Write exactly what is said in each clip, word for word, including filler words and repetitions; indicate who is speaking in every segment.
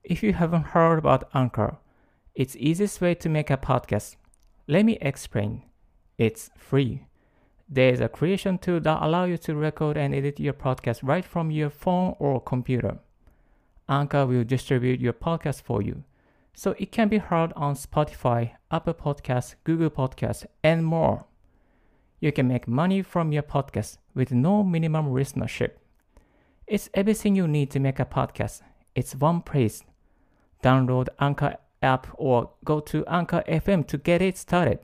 Speaker 1: If you haven't heard about Anchor, it's the easiest way to make a podcast. Let me explain. It's free. There's a creation tool that allows you to record and edit your podcast right from your phone or computer. Anchor will distribute your podcast for you, so it can be heard on Spotify, Apple Podcasts, Google Podcasts, and more. You can make money from your podcast with no minimum listenership. It's everything you need to make a podcast. It's one place. Download Anchor app or go to Anchor エフエム to get it started.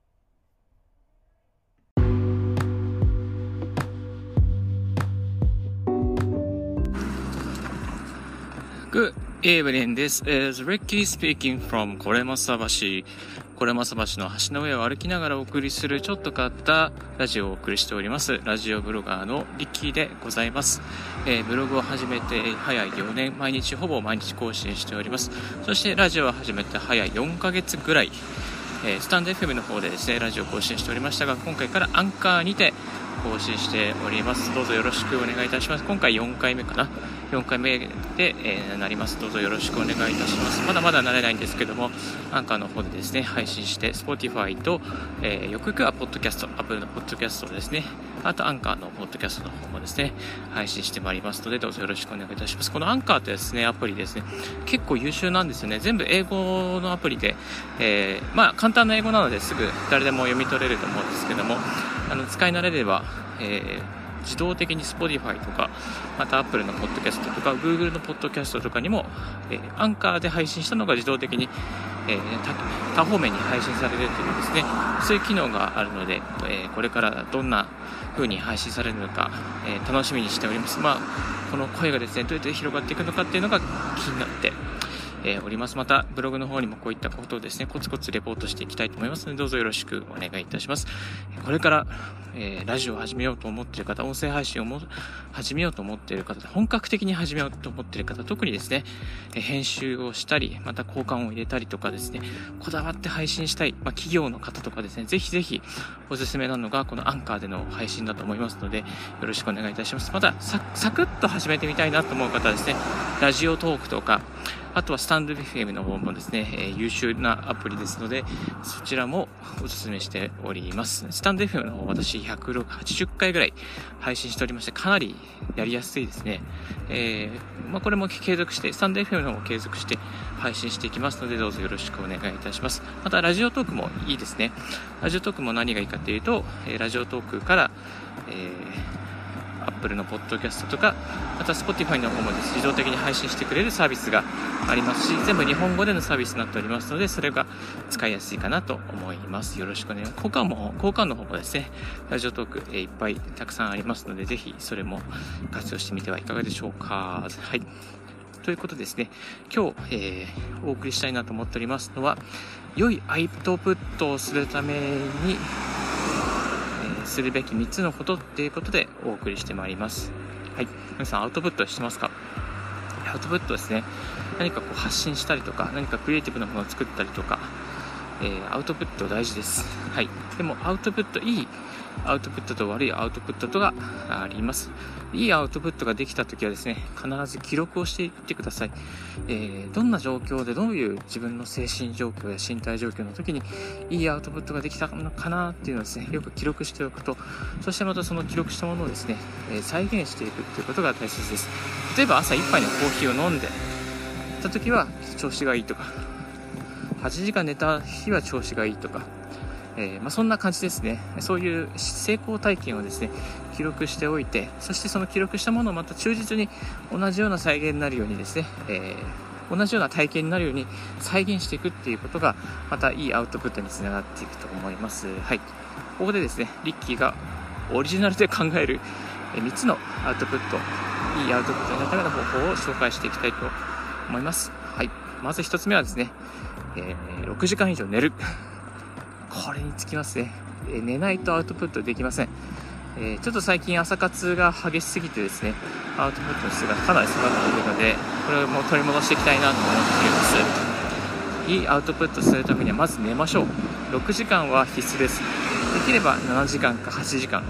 Speaker 2: Good evening. This is Ricky speaking from これまさ橋。これまさ橋の橋の上を歩きながらお送りするちょっと変わったラジオをお送りしておりますラジオブロガーのリッキーでございます。えー、ブログを始めて早いよねん、毎日ほぼ毎日更新しております。そしてラジオを始めて早いよんかげつぐらい、えー、スタンド エフエム の方でですねラジオを更新しておりましたが、今回からアンカーにて更新しております。どうぞよろしくお願いいたします。今回よんかいめかな、よんかいめで、えー、なります。どうぞよろしくお願いいたします。まだまだ慣れないんですけども、アンカーの方でですね配信して Spotify と、えー、よくよくはポッドキャスト、Apple のポッドキャストですね、あとアンカーのポッドキャストの方もですね配信してまいりますので、どうぞよろしくお願いいたします。このアンカーとですねアプリですね、結構優秀なんですよね。全部英語のアプリで、えー、まあ簡単な英語なのですぐ誰でも読み取れると思うんですけども、あの使い慣れれば、えー自動的に Spotify とか、また Apple のポッドキャストとか Google のポッドキャストとかにも、えー、アンカーで配信したのが自動的に、えー、多, 多方面に配信されるというですね、そういう機能があるので、えー、これからどんな風に配信されるのか、えー、楽しみにしております。まあこの声がですねどうやって広がっていくのかっていうのが気になってえー、おります。またブログの方にもこういったことをですねコツコツレポートしていきたいと思いますので、どうぞよろしくお願いいたします。これから、えー、ラジオを始めようと思っている方、音声配信をも始めようと思っている方、本格的に始めようと思っている方、特にですね、えー、編集をしたり、また交換を入れたりとかですね、こだわって配信したい、まあ、企業の方とかですね、ぜひぜひおすすめなのがこのアンカーでの配信だと思いますので、よろしくお願いいたします。またササクッと始めてみたいなと思う方はですね、ラジオトークとか、あとはスタンド エフエム の方もですね、えー、優秀なアプリですので、そちらもお勧めしております。スタンド エフエム の方、私ひゃくはちじゅっかいぐらい配信しておりまして、かなりやりやすいですね。えー、まあ、これも継続して、スタンド エフエム の方も継続して配信していきますので、どうぞよろしくお願いいたします。また、ラジオトークもいいですね。ラジオトークも何がいいかというと、えー、ラジオトークから、えーApple のポッドキャストとか、また Spotify の方もです、自動的に配信してくれるサービスがありますし、全部日本語でのサービスになっておりますので、それが使いやすいかなと思います。よろしくお願いします。交換も交換の方もですね、ラジオトーク、えー、いっぱいたくさんありますので、ぜひそれも活用してみてはいかがでしょうか。はい。ということですね、今日、えー、お送りしたいなと思っておりますのは、良いアウトプットをするためにするべきみっつのことっていうことでお送りしてまいります。はい、皆さんアウトプットしてますか？アウトプットですね、何かこう発信したりとか、何かクリエイティブなものを作ったりとか、えー、アウトプット大事です。はい。でもアウトプット、いいアウトプットと悪いアウトプットとがあります。いいアウトプットができたときはですね、必ず記録をしていってください。えー、どんな状況でどういう自分の精神状況や身体状況の時にいいアウトプットができたのかなっていうのをですね、よく記録しておくと、そしてまたその記録したものをですね、えー、再現していくっていうことが大切です。例えば朝一杯のコーヒーを飲んでた時は調子がいいとか、はちじかん寝た日は調子がいいとか、えーまあ、そんな感じですね。そういう成功体験をですね記録しておいて、そしてその記録したものをまた忠実に同じような再現になるようにですね、えー、同じような体験になるように再現していくっていうことがまたいいアウトプットにつながっていくと思います。はい。ここでですね、リッキーがオリジナルで考えるみっつのアウトプット、いいアウトプットになるための方法を紹介していきたいと思います。はい。まずひとつめはですね、えー、ろくじかん以上寝る。これにつきますね。えー、寝ないとアウトプットできません。えー、ちょっと最近朝活が激しすぎてですね、アウトプットの質がかなり下がっているので、これをもう取り戻していきたいなと思っています。いいアウトプットするためにはまず寝ましょう。ろくじかんは必須です。できればしちじかんかはちじかん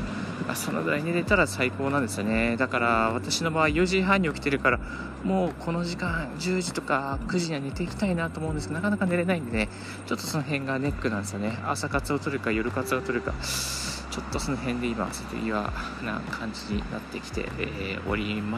Speaker 2: そのぐらい寝れたら最高なんですよね。だから私の場合よじはんに起きてるから、もうこの時間じゅうじとかくじには寝ていきたいなと思うんですけど、なかなか寝れないんでね、ちょっとその辺がネックなんですよね。朝活を取るか夜活を取るか、ちょっとその辺で今瀬戸際な感じになってきて、えー、おります。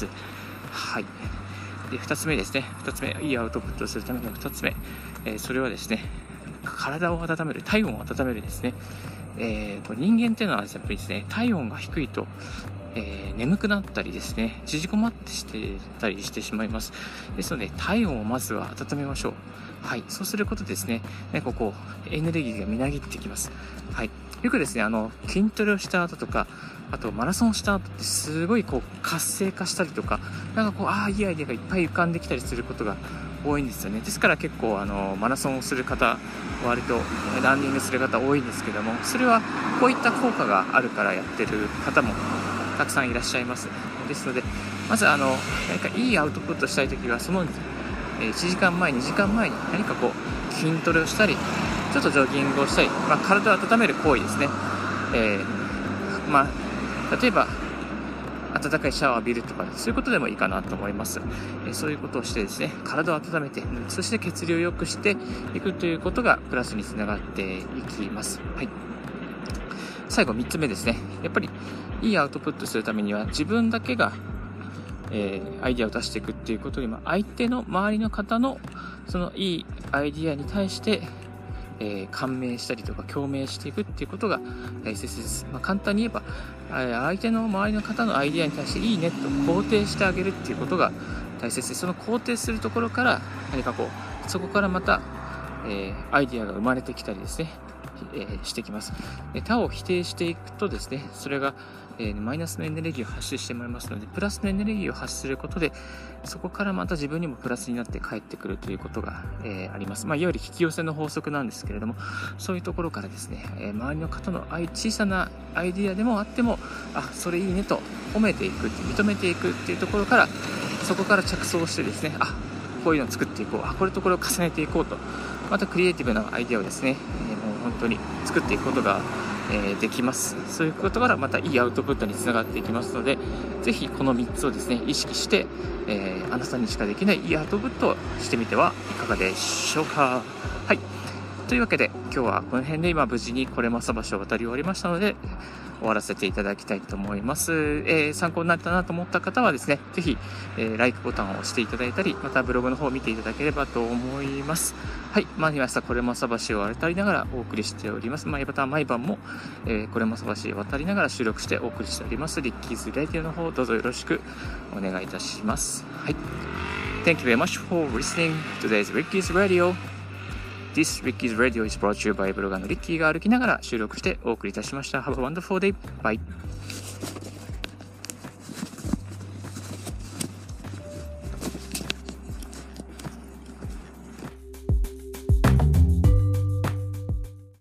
Speaker 2: はい。でふたつめですね。ふたつめ、いいアウトプットをするためのふたつめ、えー、それはですね、体を温める、体温を温めるですね。えー、これ人間っていうのはやっぱりですね、体温が低いと、えー、眠くなったりですね、縮こまってしてたりしてしまいます。ですので体温をまずは温めましょう。はい、そうすることですね、なんかこうエネルギーがみなぎってきます。はい、よくですね、あの筋トレをした後とか、あとマラソンした後ってすごいこう活性化したりとか、なんかこうああいいアイデアがいっぱい浮かんできたりすることが多いんですよね。ですから結構あのマラソンをする方、割とランニングする方多いんですけども、それはこういった効果があるからやってる方もたくさんいらっしゃいます。ですのでまずあの何かいいアウトプットしたいときは、そのいちじかんまえにじかんまえに何かこう筋トレをしたり、ちょっとジョギングをしたり、まあ、体を温める行為ですね。えー、まあ例えば温かいシャワーを浴びるとか、そういうことでもいいかなと思います。えー、そういうことをしてですね、体を温めて、そして血流を良くしていくということがプラスにつながっていきます。はい。最後みっつめですね。やっぱりいいアウトプットするためには、自分だけが、えー、アイデアを出していくっていうことよりも、相手の周りの方のそのいいアイデアに対してえー、感銘したりとか共鳴していくっていうことが大切です。まあ、簡単に言えば、相手の周りの方のアイデアに対していいねと肯定してあげるっていうことが大切です。その肯定するところから何かこう、そこからまた、えー、アイデアが生まれてきたりですね、えー、してきます。他を否定していくとですね、それが、えー、マイナスのエネルギーを発してしまいますので、プラスのエネルギーを発することで、そこからまた自分にもプラスになって返ってくるということが、えー、あります。まあ、いわゆる引き寄せの法則なんですけれども、そういうところからですね、えー、周りの方の小さなアイディアでもあっても、あ、それいいねと褒めていく、認めていくっていうところから、そこから着想してですね、あ、こういうのを作っていこう、あ、これとこれを重ねていこうと、またクリエイティブなアイデアをですね、えー、もう本当に作っていくことがえー、できます。そういうことからまたいいアウトプットにつながっていきますので、ぜひこのみっつをですね意識して、えー、あなたにしかできないいいアウトプットをしてみてはいかがでしょうか。はい、というわけで今日はこの辺で今無事にこれまさ橋を渡り終わりましたので、終わらせていただきたいと思います。えー、参考になったなと思った方はですね、ぜひ、えー、ライクボタンを押していただいたり、またブログの方を見ていただければと思います。はい、毎朝これまさ橋を渡りながらお送りしております。また毎晩も、えー、これまさ橋を渡りながら収録してお送りしておりますリッキーズラジオの方、どうぞよろしくお願いいたします。はい、Thank you very much for listening to today's Ricky's Radio。This Ricky's Radio is brought to you by ブロガーのリッキーが歩きながら収録してお送りいたしました。Have a wonderful day. Bye.